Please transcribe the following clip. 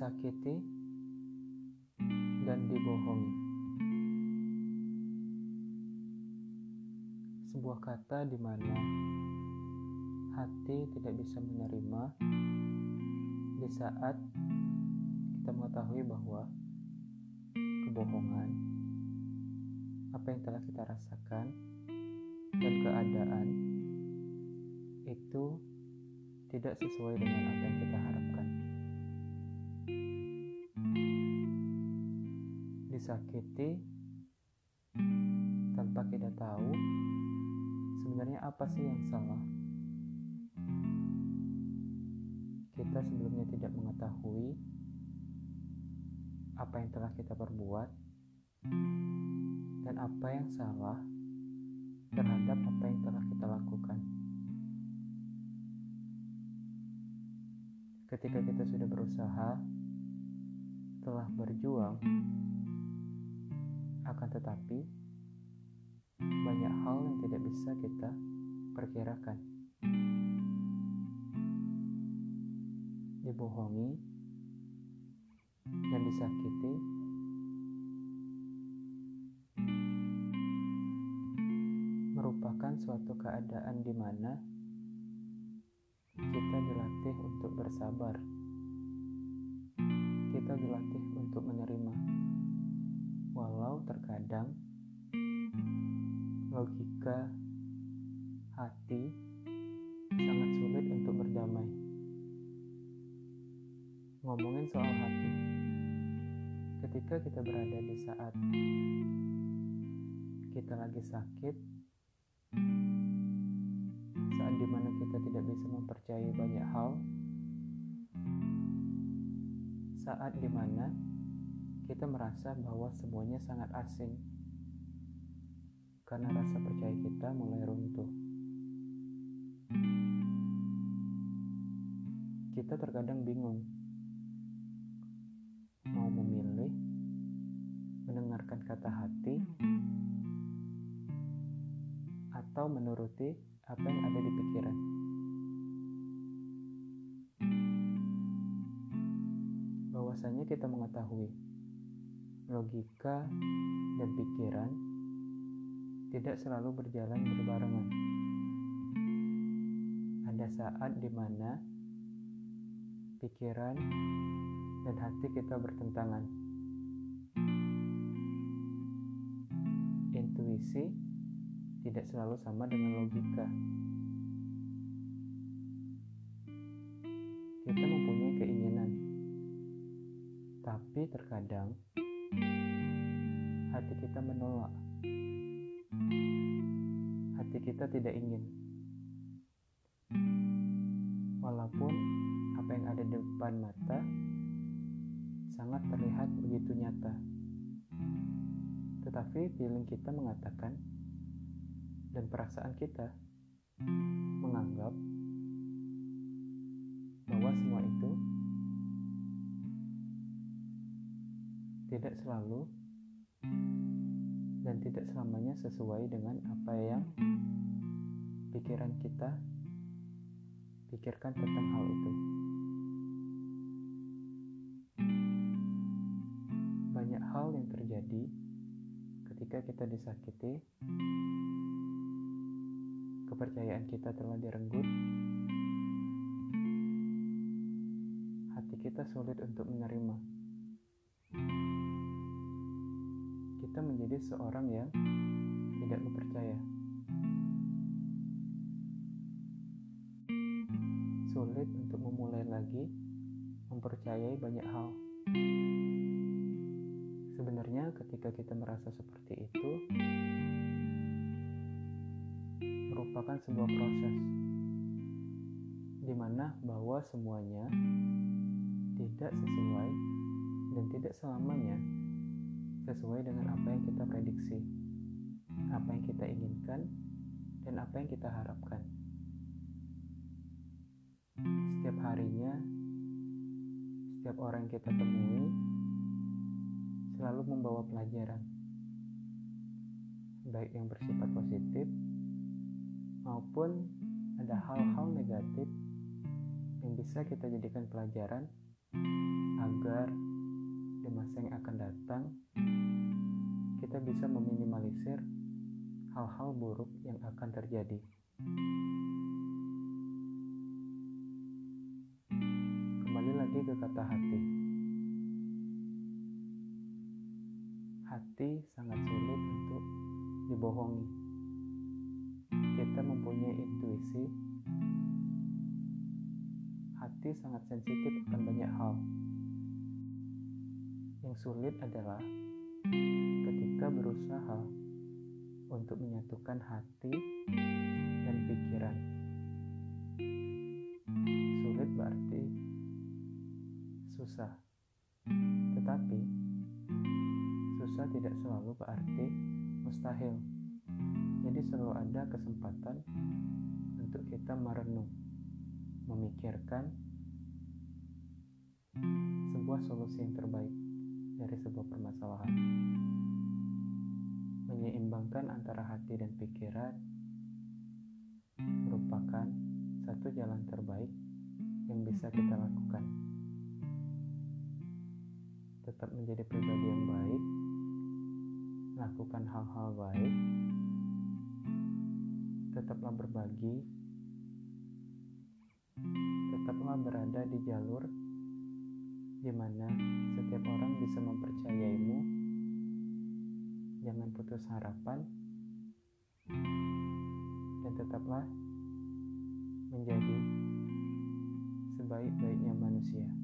disakiti, dan dibohongi. Sebuah kata di mana hati tidak bisa menerima di saat kita mengetahui bahwa kebohongan, apa yang telah kita rasakan, dan keadaan itu tidak sesuai dengan apa yang kita harapkan. Disakiti tanpa kita tahu sebenarnya apa sih yang salah. Kita sebelumnya tidak mengetahui apa yang telah kita perbuat dan apa yang salah terhadap apa yang telah kita lakukan. Ketika kita sudah berusaha, telah berjuang, akan tetapi banyak hal yang tidak bisa kita perkirakan. Dibohongi dan disakiti merupakan suatu keadaan di mana kita dilatih untuk bersabar. Kita dilatih untuk menerima. Walau terkadang logika hati sangat sulit untuk berdamai. Ngomongin soal hati, ketika kita berada di saat kita lagi sakit, saat dimana kita tidak bisa mempercayai banyak hal, saat dimana kita merasa bahwa semuanya sangat asing karena rasa percaya kita mulai runtuh. Kita terkadang bingung mau memilih mendengarkan kata hati atau menuruti apa yang ada di pikiran. Bahwasanya kita mengetahui logika dan pikiran tidak selalu berjalan berbarengan. Ada saat di mana pikiran dan hati kita bertentangan. Intuisi tidak selalu sama dengan logika. Kita mempunyai keinginan, tapi terkadang hati kita menolak. Hati kita tidak ingin. Walaupun apa yang ada di depan mata sangat terlihat begitu nyata. Tetapi feeling kita mengatakan dan perasaan kita menganggap bahwa semua itu tidak selalu dan tidak selamanya sesuai dengan apa yang pikiran kita pikirkan tentang hal itu. Banyak hal yang terjadi ketika kita disakiti, kepercayaan kita telah direnggut, hati kita sulit untuk menerima. Kita menjadi seorang yang tidak mempercaya. Sulit untuk memulai lagi mempercayai banyak hal. Sebenarnya ketika kita merasa seperti itu merupakan sebuah proses di mana bahwa semuanya tidak sesuai dan tidak selamanya sesuai dengan apa yang kita prediksi, apa yang kita inginkan, dan apa yang kita harapkan. Setiap harinya, setiap orang yang kita temui selalu membawa pelajaran, baik yang bersifat positif maupun ada hal-hal negatif yang bisa kita jadikan pelajaran agar di masa yang akan datang kita bisa meminimalisir hal-hal buruk yang akan terjadi. Kembali lagi ke kata hati. Hati sangat sulit untuk dibohongi. Kita mempunyai intuisi. Hati sangat sensitif akan banyak hal. Yang sulit adalah ketika berusaha untuk menyatukan hati dan pikiran. Sulit berarti susah. Tetapi susah tidak selalu berarti mustahil. Jadi selalu ada kesempatan untuk kita merenung, memikirkan sebuah solusi yang terbaik dari sebuah permasalahan. Menyeimbangkan antara hati dan pikiran merupakan satu jalan terbaik yang bisa kita lakukan. Tetap menjadi pribadi yang baik, lakukan hal-hal baik, tetaplah berbagi, tetaplah berada di jalur di mana setiap orang bisa mempercayaimu. Jangan putus harapan dan tetaplah menjadi sebaik-baiknya manusia.